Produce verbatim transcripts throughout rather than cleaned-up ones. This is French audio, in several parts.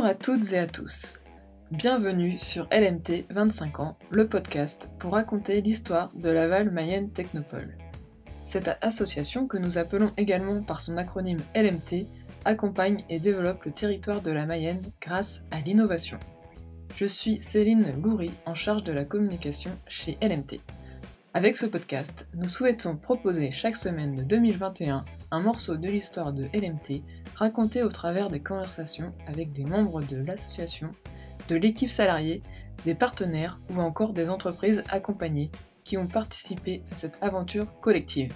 Bonjour à toutes et à tous. Bienvenue sur L M T vingt-cinq ans, le podcast pour raconter l'histoire de Laval Mayenne Technopole. Cette association, que nous appelons également par son acronyme L M T, accompagne et développe le territoire de la Mayenne grâce à l'innovation. Je suis Céline Loury, en charge de la communication chez L M T. Avec ce podcast, nous souhaitons proposer chaque semaine de deux mille vingt et un un morceau de l'histoire de L M T raconté au travers des conversations avec des membres de l'association, de l'équipe salariée, des partenaires ou encore des entreprises accompagnées qui ont participé à cette aventure collective.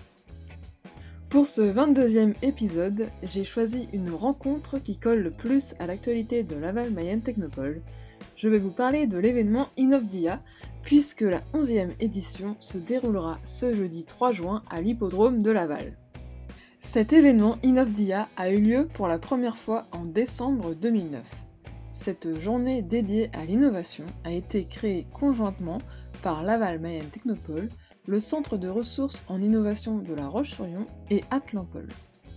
Pour ce vingt-deuxième épisode, j'ai choisi une rencontre qui colle le plus à l'actualité de Laval Mayenne Technopole. Je vais vous parler de l'événement Innovdia, puisque la onzième édition se déroulera ce jeudi trois juin à l'hippodrome de Laval. Cet événement Innovdia a eu lieu pour la première fois en décembre deux mille neuf. Cette journée dédiée à l'innovation a été créée conjointement par Laval Mayenne Technopole, le centre de ressources en innovation de La Roche-sur-Yon et Atlampol.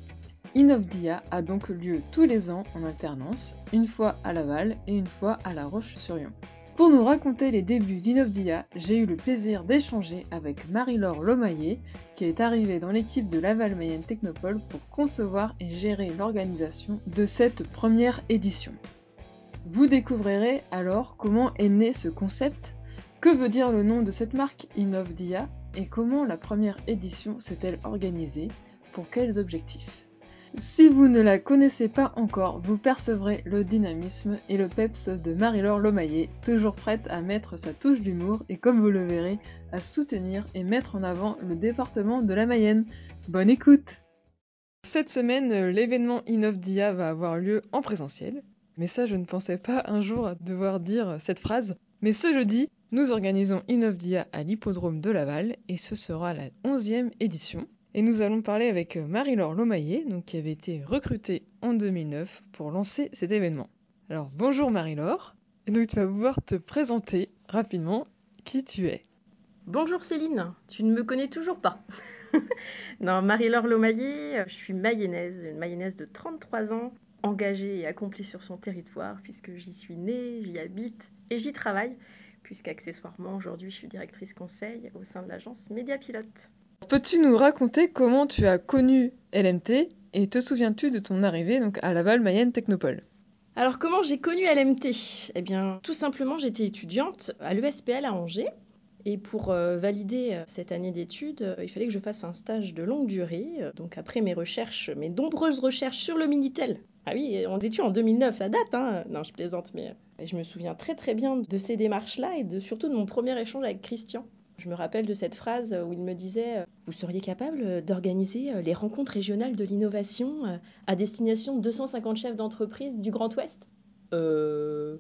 Innovdia a donc lieu tous les ans en alternance, une fois à Laval et une fois à La Roche-sur-Yon. Pour nous raconter les débuts d'Innovdia, j'ai eu le plaisir d'échanger avec Marie-Laure Lomaillet, qui est arrivée dans l'équipe de Laval Mayenne Technopole pour concevoir et gérer l'organisation de cette première édition. Vous découvrirez alors comment est né ce concept, que veut dire le nom de cette marque Innovdia et comment la première édition s'est-elle organisée, pour quels objectifs. Si vous ne la connaissez pas encore, vous percevrez le dynamisme et le peps de Marie-Laure Lomaillet, toujours prête à mettre sa touche d'humour et, comme vous le verrez, à soutenir et mettre en avant le département de la Mayenne. Bonne écoute! Cette semaine, l'événement Innovdia va avoir lieu en présentiel. Mais ça, je ne pensais pas un jour devoir dire cette phrase. Mais ce jeudi, nous organisons Innovdia à l'hippodrome de Laval et ce sera la onzième édition. Et nous allons parler avec Marie-Laure Lomaillet, donc, qui avait été recrutée en deux mille neuf pour lancer cet événement. Alors bonjour Marie-Laure, et donc tu vas pouvoir te présenter rapidement qui tu es. Bonjour Céline, tu ne me connais toujours pas. Non, Marie-Laure Lomaillet, je suis mayonnaise, une mayonnaise de trente-trois ans, engagée et accomplie sur son territoire, puisque j'y suis née, j'y habite et j'y travaille, puisqu'accessoirement aujourd'hui je suis directrice conseil au sein de l'agence Médiapilote. Peux-tu nous raconter comment tu as connu L M T et te souviens-tu de ton arrivée donc, à Laval Mayenne Technopole ? Alors comment j'ai connu L M T ? Eh bien tout simplement j'étais étudiante à l'E S P L à Angers. Et pour euh, valider euh, cette année d'études, euh, il fallait que je fasse un stage de longue durée. Euh, donc après mes recherches, mes nombreuses recherches sur le Minitel. Ah oui, on était en deux mille neuf, ça date, hein. Non, je plaisante, mais euh, je me souviens très très bien de ces démarches-là et de, surtout de mon premier échange avec Christian. Je me rappelle de cette phrase où il me disait euh, « Vous seriez capable d'organiser les rencontres régionales de l'innovation euh, à destination de deux cent cinquante chefs d'entreprise du Grand Ouest ?» Euh...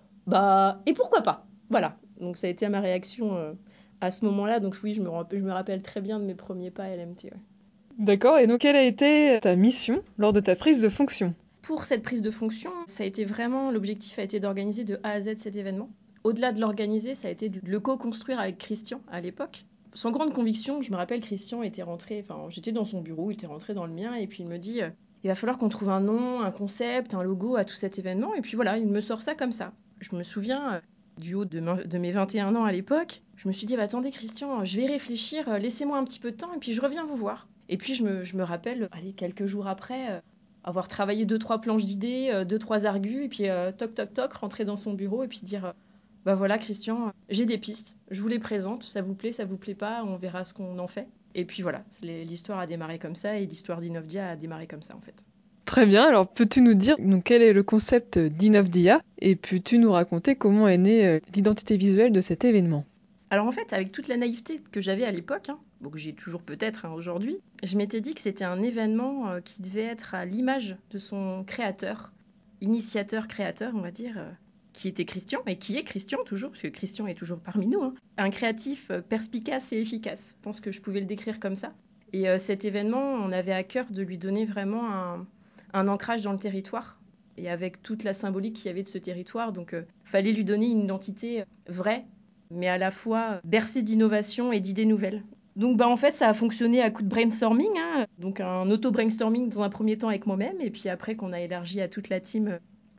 Bah, et pourquoi pas ? Voilà, donc ça a été ma réaction euh, à ce moment-là. Donc oui, je me, rappelle, je me rappelle très bien de mes premiers pas à L M T. Ouais. D'accord, et donc quelle a été ta mission lors de ta prise de fonction ? Pour cette prise de fonction, ça a été vraiment, l'objectif a été d'organiser de A à Z cet événement. Au-delà de l'organiser, ça a été de le co-construire avec Christian à l'époque. Sans grande conviction, je me rappelle, Christian était rentré, enfin j'étais dans son bureau, il était rentré dans le mien, et puis il me dit euh, il va falloir qu'on trouve un nom, un concept, un logo à tout cet événement, et puis voilà, il me sort ça comme ça. Je me souviens, euh, du haut de, ma, de mes vingt et un ans à l'époque, je me suis dit bah, attendez Christian, je vais réfléchir, euh, laissez-moi un petit peu de temps, et puis je reviens vous voir. Et puis je me, je me rappelle, allez, quelques jours après, euh, avoir travaillé deux, trois planches d'idées, euh, deux, trois argus, et puis euh, toc, toc, toc, rentrer dans son bureau, et puis dire... Euh, bah voilà Christian, j'ai des pistes, je vous les présente, ça vous plaît, ça vous plaît pas, on verra ce qu'on en fait. Et puis voilà, l'histoire a démarré comme ça et l'histoire d'Innovdia a démarré comme ça en fait. Très bien, alors peux-tu nous dire donc, quel est le concept d'Innovdia et peux-tu nous raconter comment est née euh, l'identité visuelle de cet événement ? Alors en fait, avec toute la naïveté que j'avais à l'époque, hein, bon, que j'ai toujours peut-être hein, aujourd'hui, je m'étais dit que c'était un événement euh, qui devait être à l'image de son créateur, initiateur-créateur on va dire, euh, qui était Christian, et qui est Christian toujours, parce que Christian est toujours parmi nous, hein. Un créatif euh, perspicace et efficace. Je pense que je pouvais le décrire comme ça. Et euh, cet événement, on avait à cœur de lui donner vraiment un, un ancrage dans le territoire, et avec toute la symbolique qu'il y avait de ce territoire. Donc, il euh, fallait lui donner une identité vraie, mais à la fois bercée d'innovation et d'idées nouvelles. Donc bah en fait ça a fonctionné à coup de brainstorming, hein. Donc un auto-brainstorming dans un premier temps avec moi-même, et puis après qu'on a élargi à toute la team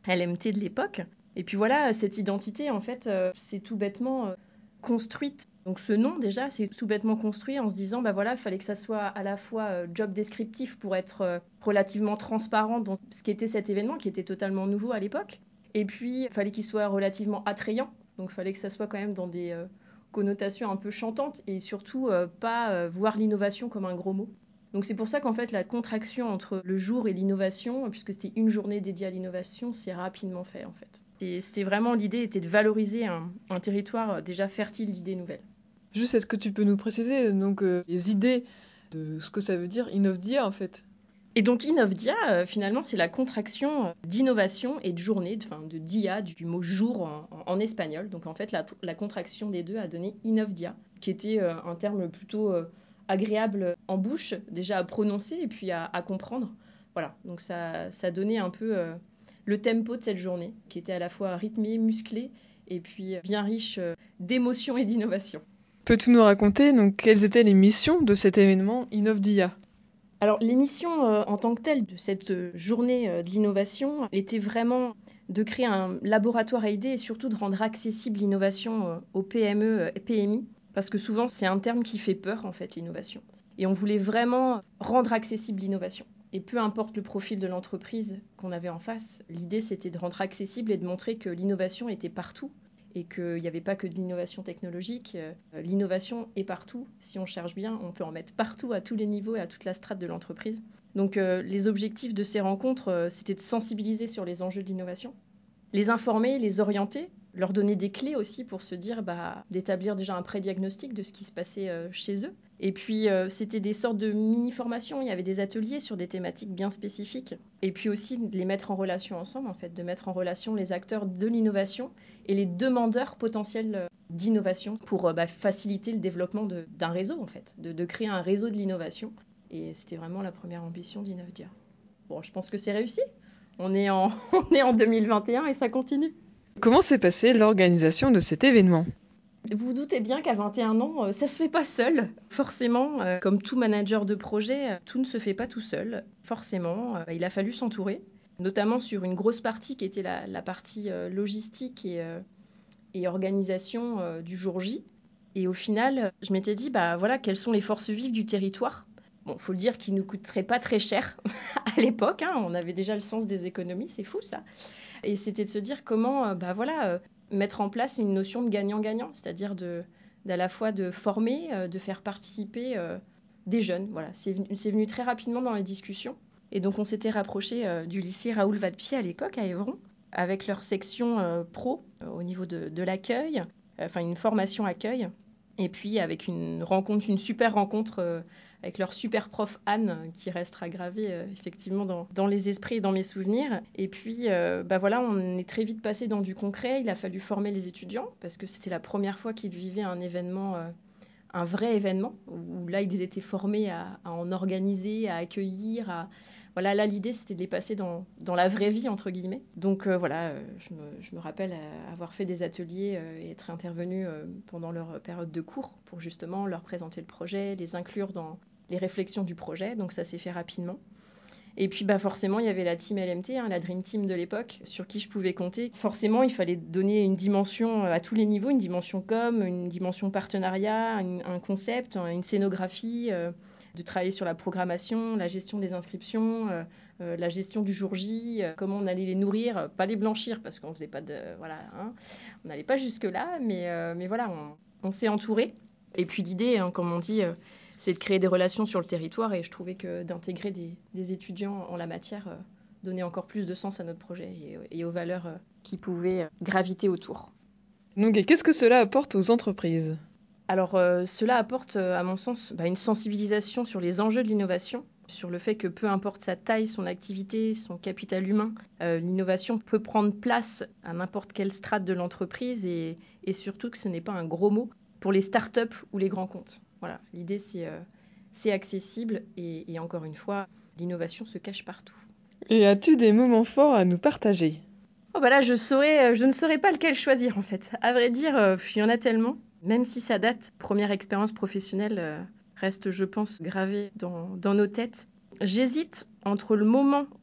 L M T de l'époque. Et puis voilà, cette identité, en fait, euh, c'est tout bêtement euh, construite. Donc ce nom, déjà, c'est tout bêtement construit en se disant, bah voilà, il fallait que ça soit à la fois euh, job descriptif pour être euh, relativement transparent dans ce qu'était cet événement, qui était totalement nouveau à l'époque. Et puis, il fallait qu'il soit relativement attrayant. Donc il fallait que ça soit quand même dans des euh, connotations un peu chantantes et surtout euh, pas euh, voir l'innovation comme un gros mot. Donc c'est pour ça qu'en fait la contraction entre le jour et l'innovation, puisque c'était une journée dédiée à l'innovation, c'est rapidement fait en fait. Et c'était vraiment, l'idée était de valoriser un, un territoire déjà fertile d'idées nouvelles. Juste, est-ce que tu peux nous préciser donc euh, les idées de ce que ça veut dire Innovdia en fait? Et donc Innovdia, euh, finalement, c'est la contraction d'innovation et de journée, enfin de dia, du, du mot jour en, en, en espagnol. Donc en fait, la, la contraction des deux a donné Innovdia, qui était euh, un terme plutôt euh, agréable en bouche, déjà à prononcer et puis à, à comprendre. Voilà, donc ça, ça donnait un peu euh, le tempo de cette journée, qui était à la fois rythmé, musclé, et puis bien riche euh, d'émotions et d'innovation. Peux-tu nous raconter donc quelles étaient les missions de cet événement Innovdia? Alors, les missions euh, en tant que telles de cette euh, journée euh, de l'innovation étaient vraiment de créer un laboratoire à idées et surtout de rendre accessible l'innovation euh, aux P M E et P M I, parce que souvent c'est un terme qui fait peur en fait, l'innovation. Et on voulait vraiment rendre accessible l'innovation. Et peu importe le profil de l'entreprise qu'on avait en face, l'idée c'était de rendre accessible et de montrer que l'innovation était partout et qu'il n'y avait pas que de l'innovation technologique. Euh, l'innovation est partout. Si on cherche bien, on peut en mettre partout, à tous les niveaux et à toute la strate de l'entreprise. Donc euh, les objectifs de ces rencontres, euh, c'était de sensibiliser sur les enjeux de l'innovation, les informer, les orienter, leur donner des clés aussi pour se dire, bah, d'établir déjà un pré-diagnostic de ce qui se passait euh, chez eux. Et puis, euh, c'était des sortes de mini-formations. Il y avait des ateliers sur des thématiques bien spécifiques. Et puis aussi, de les mettre en relation ensemble, en fait, de mettre en relation les acteurs de l'innovation et les demandeurs potentiels d'innovation pour euh, bah, faciliter le développement de, d'un réseau, en fait, de, de créer un réseau de l'innovation. Et c'était vraiment la première ambition d'Innovdia. Bon, je pense que c'est réussi. On est en, on est en deux mille vingt et un et ça continue. Comment s'est passée l'organisation de cet événement? Vous vous doutez bien qu'à vingt et un ans, ça se fait pas seul. Forcément, euh, comme tout manager de projet, tout ne se fait pas tout seul. Forcément, euh, il a fallu s'entourer, notamment sur une grosse partie qui était la, la partie euh, logistique et, euh, et organisation euh, du jour J. Et au final, je m'étais dit, bah voilà, quelles sont les forces vives du territoire? Bon, faut le dire qu'il ne nous coûterait pas très cher à l'époque. Hein, on avait déjà le sens des économies, c'est fou ça. Et c'était de se dire comment, bah voilà, euh, mettre en place une notion de gagnant-gagnant, c'est-à-dire de, d'à la fois de former, euh, de faire participer euh, des jeunes. Voilà, c'est venu, c'est venu très rapidement dans les discussions. Et donc on s'était rapproché euh, du lycée Raoul Vadepied à l'époque à Évron, avec leur section euh, pro euh, au niveau de, de l'accueil, enfin une formation accueil. Et puis avec une rencontre, une super rencontre euh, avec leur super prof Anne, qui restera gravée euh, effectivement dans, dans les esprits et dans mes souvenirs. Et puis, euh, bah voilà, on est très vite passé dans du concret. Il a fallu former les étudiants parce que c'était la première fois qu'ils vivaient un événement, euh, un vrai événement, où là ils étaient formés à, à en organiser, à accueillir, à... Voilà, là, l'idée, c'était de les passer dans, dans la vraie vie, entre guillemets. Donc, euh, voilà, euh, je, me, je me rappelle avoir fait des ateliers euh, et être intervenue euh, pendant leur période de cours pour justement leur présenter le projet, les inclure dans les réflexions du projet. Donc, ça s'est fait rapidement. Et puis, bah, forcément, il y avait la team L M T, hein, la Dream Team de l'époque, sur qui je pouvais compter. Forcément, il fallait donner une dimension à tous les niveaux, une dimension com, une dimension partenariat, une, un concept, une scénographie, euh, de travailler sur la programmation, la gestion des inscriptions, euh, euh, la gestion du jour J, euh, comment on allait les nourrir, pas les blanchir, parce qu'on faisait pas de... Voilà, hein, on n'allait pas jusque-là, mais, euh, mais voilà, on, on s'est entouré. Et puis l'idée, hein, comme on dit... Euh, c'est de créer des relations sur le territoire et je trouvais que d'intégrer des, des étudiants en la matière euh, donnait encore plus de sens à notre projet et, et aux valeurs euh, qui pouvaient euh, graviter autour. Donc, et qu'est-ce que cela apporte aux entreprises? Alors, euh, cela apporte, euh, à mon sens, bah, une sensibilisation sur les enjeux de l'innovation, sur le fait que peu importe sa taille, son activité, son capital humain, euh, l'innovation peut prendre place à n'importe quelle strate de l'entreprise et, et surtout que ce n'est pas un gros mot pour les startups ou les grands comptes. Voilà, l'idée c'est, euh, c'est accessible et, et encore une fois, l'innovation se cache partout. Et as-tu des moments forts à nous partager? Oh bah là, je, saurais, je ne saurais pas lequel choisir en fait. À vrai dire, euh, il y en a tellement. Même si ça date, première expérience professionnelle euh, reste, je pense, gravée dans, dans nos têtes. J'hésite entre le moment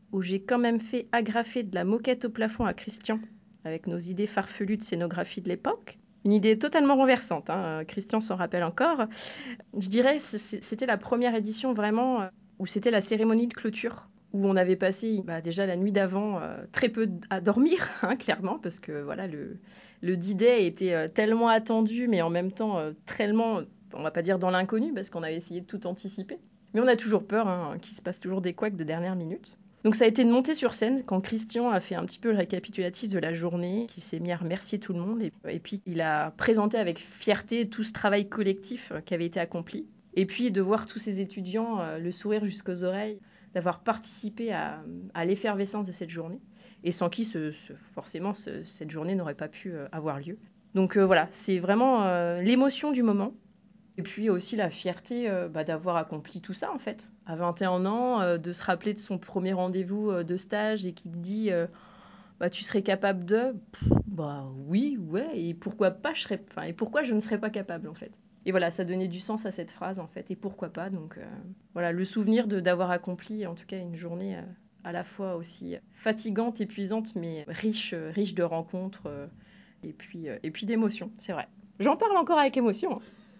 où j'ai quand même fait agrafer de la moquette au plafond à Christian, avec nos idées farfelues de scénographie de l'époque. Une idée totalement renversante, hein. Christian s'en rappelle encore. Je dirais que c'était la première édition vraiment où c'était la cérémonie de clôture, où on avait passé bah, déjà la nuit d'avant euh, très peu à dormir, hein, clairement, parce que voilà, le, le D-Day était euh, tellement attendu, mais en même temps euh, tellement, on va pas dire dans l'inconnu, parce qu'on avait essayé de tout anticiper. Mais on a toujours peur hein, qu'il se passe toujours des couacs de dernière minute. Donc ça a été de monter sur scène quand Christian a fait un petit peu le récapitulatif de la journée, qu'il s'est mis à remercier tout le monde, et, et puis il a présenté avec fierté tout ce travail collectif qui avait été accompli. Et puis de voir tous ces étudiants, euh, le sourire jusqu'aux oreilles, d'avoir participé à, à l'effervescence de cette journée, et sans qui ce, ce, forcément ce, cette journée n'aurait pas pu euh, avoir lieu. Donc euh, voilà, c'est vraiment euh, l'émotion du moment, et puis aussi la fierté euh, bah, d'avoir accompli tout ça en fait. À vingt et un ans, euh, de se rappeler de son premier rendez-vous euh, de stage et qui te dit euh, bah, tu serais capable de... Pff, bah oui, ouais, et pourquoi pas je serais... enfin, et pourquoi je ne serais pas capable en fait. Et voilà, ça donnait du sens à cette phrase en fait, et pourquoi pas. Donc euh, voilà, le souvenir de, d'avoir accompli en tout cas une journée euh, à la fois aussi fatigante, épuisante, mais riche, euh, riche de rencontres euh, et puis, euh, et puis d'émotions, c'est vrai. J'en parle encore avec émotion. Hein.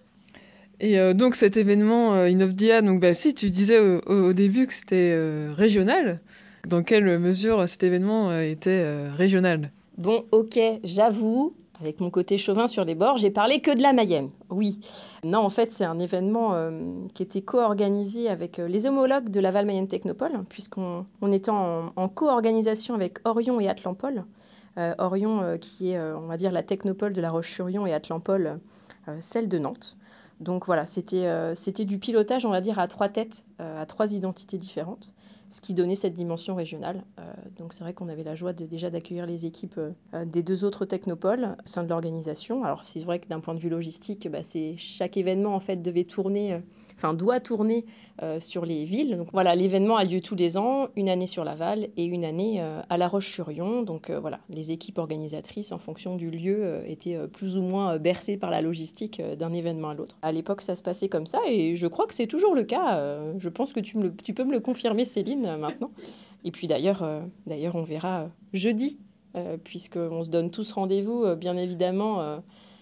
Et euh, donc cet événement euh, Innovdia, donc bah si tu disais au, au début que c'était euh, régional, dans quelle mesure cet événement euh, était euh, régional? Bon, ok, j'avoue, avec mon côté chauvin sur les bords, j'ai parlé que de la Mayenne, oui. Non, en fait, c'est un événement euh, qui était co-organisé avec euh, les homologues de Laval Mayenne Technopole, puisqu'on on était en, en co-organisation avec Orion et Atlampol. Euh, Orion, euh, qui est, euh, on va dire, la technopole de La Roche-sur-Yon, et Atlampol, euh, celle de Nantes. Donc voilà, c'était, euh, c'était du pilotage, on va dire, à trois têtes, euh, à trois identités différentes, ce qui donnait cette dimension régionale. Euh, donc c'est vrai qu'on avait la joie de, déjà d'accueillir les équipes euh, des deux autres technopoles au sein de l'organisation. Alors c'est vrai que d'un point de vue logistique, bah, c'est, chaque événement en fait devait tourner, euh, enfin doit tourner euh, sur les villes. Donc voilà, l'événement a lieu tous les ans, une année sur Laval et une année euh, à La Roche-sur-Yon. Donc euh, voilà, les équipes organisatrices en fonction du lieu euh, étaient euh, plus ou moins euh, bercées par la logistique euh, d'un événement à l'autre. À l'époque, ça se passait comme ça et je crois que c'est toujours le cas. Euh, je pense que tu, me le, tu peux me le confirmer, Céline, euh, maintenant. Et puis d'ailleurs, euh, d'ailleurs on verra euh, jeudi, euh, puisqu'on se donne tous rendez-vous, euh, bien évidemment, euh,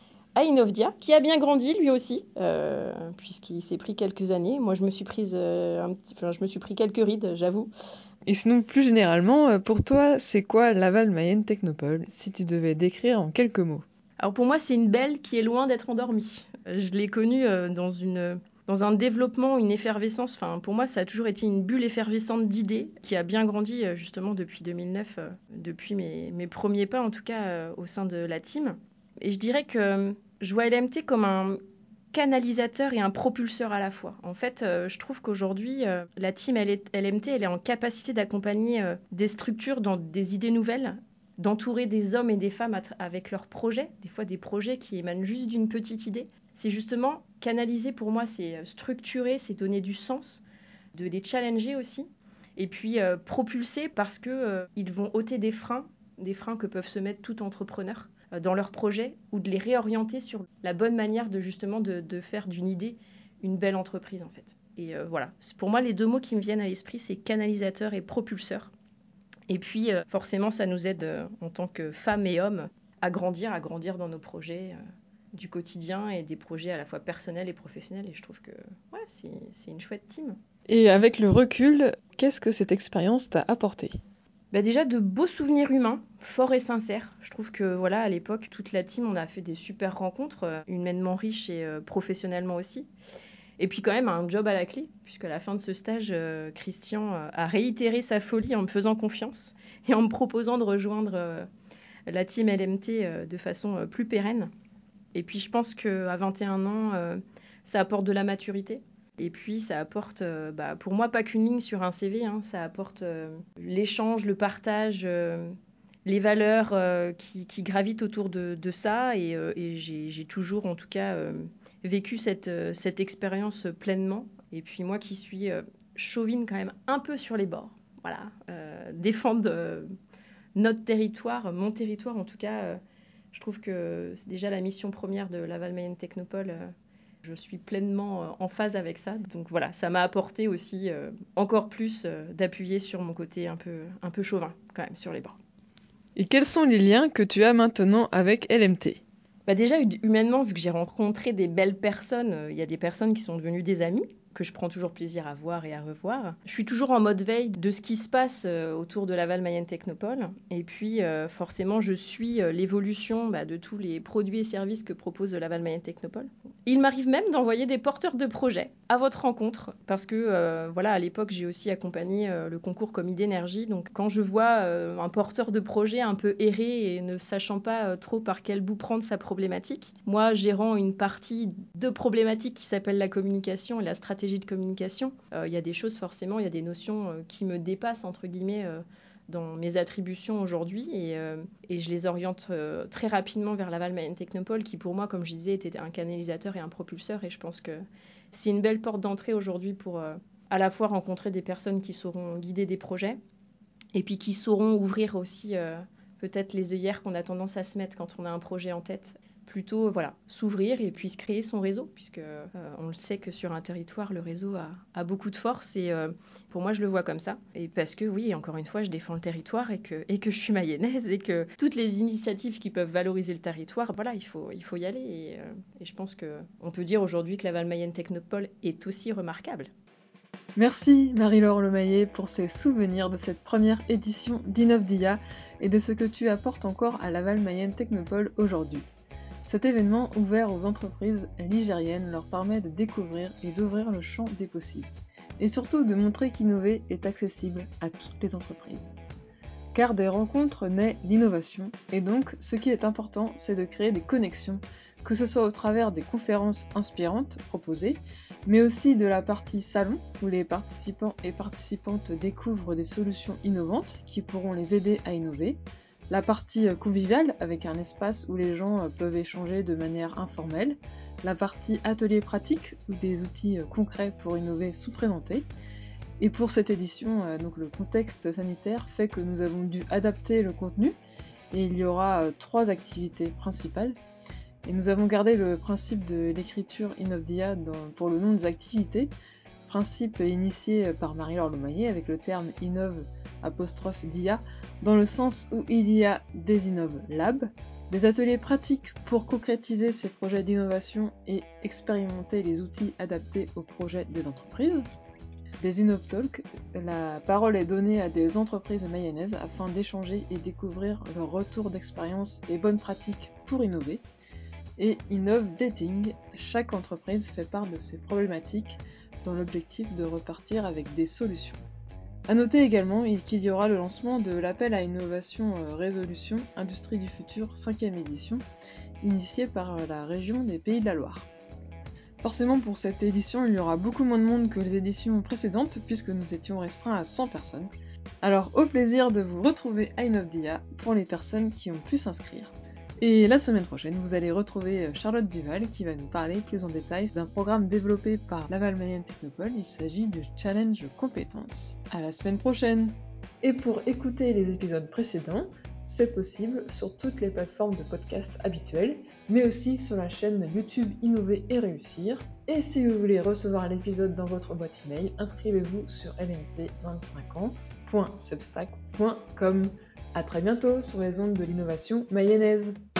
à Innovdia, qui a bien grandi lui aussi, euh, puisqu'il s'est pris quelques années. Moi, je me suis prise, euh, un petit, enfin, je me suis pris quelques rides, j'avoue. Et sinon, plus généralement, pour toi, c'est quoi Laval Mayenne Technopole, si tu devais décrire en quelques mots? Alors pour moi, c'est une belle qui est loin d'être endormie. Je l'ai connue euh, dans une... dans un développement, une effervescence. Enfin, pour moi, ça a toujours été une bulle effervescente d'idées qui a bien grandi justement depuis deux mille neuf, euh, depuis mes, mes premiers pas en tout cas euh, au sein de la team. Et je dirais que je vois L M T comme un canalisateur et un propulseur à la fois. En fait, euh, je trouve qu'aujourd'hui, euh, la team L M T, elle est en capacité d'accompagner euh, des structures dans des idées nouvelles, d'entourer des hommes et des femmes tra- avec leurs projets, des fois des projets qui émanent juste d'une petite idée. C'est justement canaliser, pour moi, c'est structurer, c'est donner du sens, de les challenger aussi, et puis euh, propulser parce qu'ils euh, vont ôter des freins, des freins que peuvent se mettre tout entrepreneur euh, dans leur projet, ou de les réorienter sur la bonne manière de justement de, de faire d'une idée une belle entreprise en fait. Et euh, voilà, c'est pour moi les deux mots qui me viennent à l'esprit, c'est canalisateur et propulseur. Et puis euh, forcément ça nous aide euh, en tant que femmes et hommes à grandir, à grandir dans nos projets euh, du quotidien et des projets à la fois personnels et professionnels. Et je trouve que ouais, c'est, c'est une chouette team. Et avec le recul, qu'est-ce que cette expérience t'a apporté? Bah déjà de beaux souvenirs humains, forts et sincères. Je trouve que voilà, à l'époque, toute la team, on a fait des super rencontres, euh, humainement riches et euh, professionnellement aussi. Et puis quand même un job à la clé, puisqu'à la fin de ce stage, euh, Christian euh, a réitéré sa folie en me faisant confiance et en me proposant de rejoindre euh, la team L M T euh, de façon euh, plus pérenne. Et puis je pense qu'à vingt et un ans, euh, ça apporte de la maturité. Et puis ça apporte, euh, bah, pour moi, pas qu'une ligne sur un C V, hein, ça apporte euh, l'échange, le partage, euh, les valeurs euh, qui, qui gravitent autour de, de ça. Et, euh, et j'ai, j'ai toujours, en tout cas, euh, vécu cette, euh, cette expérience pleinement. Et puis moi qui suis euh, chauvine quand même un peu sur les bords, voilà, euh, défendre euh, notre territoire, mon territoire en tout cas. Euh, je trouve que c'est déjà la mission première de Laval Mayenne Technopole, euh, Je suis pleinement en phase avec ça. Donc voilà, ça m'a apporté aussi euh, encore plus euh, d'appuyer sur mon côté un peu, un peu chauvin, quand même, sur les bras. Et quels sont les liens que tu as maintenant avec L M T ? Bah déjà, humainement, vu que j'ai rencontré des belles personnes, il euh, y a des personnes qui sont devenues des amis, que je prends toujours plaisir à voir et à revoir. Je suis toujours en mode veille de ce qui se passe euh, autour de Laval Mayenne Technopole. Et puis, euh, forcément, je suis euh, l'évolution bah, de tous les produits et services que propose Laval Mayenne Technopole. Il m'arrive même d'envoyer des porteurs de projets à votre rencontre, parce que, euh, voilà, à l'époque, j'ai aussi accompagné euh, le concours Commis d'énergie. Donc, quand je vois euh, un porteur de projet un peu erré et ne sachant pas euh, trop par quel bout prendre sa problématique, moi, gérant une partie de problématique qui s'appelle la communication et la stratégie de communication, il euh, y a des choses forcément, il y a des notions euh, qui me dépassent entre guillemets euh, dans mes attributions aujourd'hui et, euh, et je les oriente euh, très rapidement vers Laval Mayenne Technopole qui pour moi, comme je disais, était un canalisateur et un propulseur et je pense que c'est une belle porte d'entrée aujourd'hui pour euh, à la fois rencontrer des personnes qui sauront guider des projets et puis qui sauront ouvrir aussi euh, peut-être les œillères qu'on a tendance à se mettre quand on a un projet en tête. Plutôt voilà, s'ouvrir et puis se créer son réseau, puisque euh, on le sait que sur un territoire, le réseau a, a beaucoup de force et euh, pour moi, je le vois comme ça. Et parce que oui, encore une fois, je défends le territoire et que, et que je suis mayonnaise et que toutes les initiatives qui peuvent valoriser le territoire, voilà, il faut, il faut y aller. Et, euh, et je pense qu'on peut dire aujourd'hui que Laval Mayenne Technopole est aussi remarquable. Merci Marie-Laure Lemaillet pour ces souvenirs de cette première édition d'Innovdia et de ce que tu apportes encore à Laval Mayenne Technopole aujourd'hui. Cet événement ouvert aux entreprises ligériennes leur permet de découvrir et d'ouvrir le champ des possibles, et surtout de montrer qu'innover est accessible à toutes les entreprises. Car des rencontres naît l'innovation, et donc ce qui est important, c'est de créer des connexions, que ce soit au travers des conférences inspirantes proposées, mais aussi de la partie salon, où les participants et participantes découvrent des solutions innovantes qui pourront les aider à innover, la partie conviviale, avec un espace où les gens peuvent échanger de manière informelle, la partie atelier pratique, où des outils concrets pour innover sont présentés. Et pour cette édition, donc le contexte sanitaire fait que nous avons dû adapter le contenu, et il y aura trois activités principales. Et nous avons gardé le principe de l'écriture Innovdia pour le nom des activités, principe initié par Marie-Laure Lemaillet avec le terme Innov apostrophe dia, dans le sens où il y a des Innov Lab, des ateliers pratiques pour concrétiser ces projets d'innovation et expérimenter les outils adaptés aux projets des entreprises, des Innov Talk, la parole est donnée à des entreprises mayonnaises afin d'échanger et découvrir leur retour d'expérience et bonnes pratiques pour innover, et Innov Dating, chaque entreprise fait part de ses problématiques dans l'objectif de repartir avec des solutions. A noter également qu'il y aura le lancement de l'appel à innovation résolution Industrie du futur cinquième édition, initié par la région des Pays de la Loire. Forcément pour cette édition il y aura beaucoup moins de monde que les éditions précédentes puisque nous étions restreints à cent personnes. Alors au plaisir de vous retrouver à Innovdia pour les personnes qui ont pu s'inscrire. Et la semaine prochaine, vous allez retrouver Charlotte Duval qui va nous parler plus en détail d'un programme développé par Laval Mayenne Technopole. Il s'agit du Challenge Compétences. À la semaine prochaine! Et pour écouter les épisodes précédents, c'est possible sur toutes les plateformes de podcast habituelles, mais aussi sur la chaîne YouTube Innover et Réussir. Et si vous voulez recevoir l'épisode dans votre boîte email, inscrivez-vous sur l m t vingt-cinq ans point substack point com. A très bientôt sur les ondes de l'innovation mayonnaise.